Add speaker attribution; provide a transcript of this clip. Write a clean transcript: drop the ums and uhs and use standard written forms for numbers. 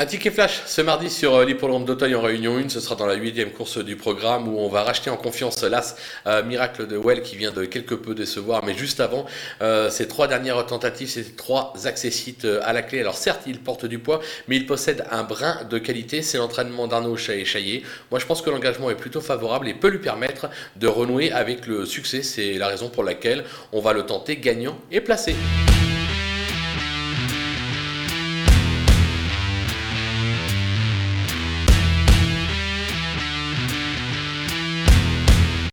Speaker 1: Un ticket flash ce mardi sur l'hippodrome d'Auteuil en Réunion 1, ce sera dans la 8e course du programme où on va racheter en confiance l'As Miracle de Well qui vient de quelque peu décevoir, mais juste avant ces 3 dernières tentatives, ces 3 accessites à la clé. Alors certes il porte du poids, mais il possède un brin de qualité, c'est l'entraînement d'Arnaud Chaillet. Moi je pense que l'engagement est plutôt favorable et peut lui permettre de renouer avec le succès, c'est la raison pour laquelle on va le tenter gagnant et placé.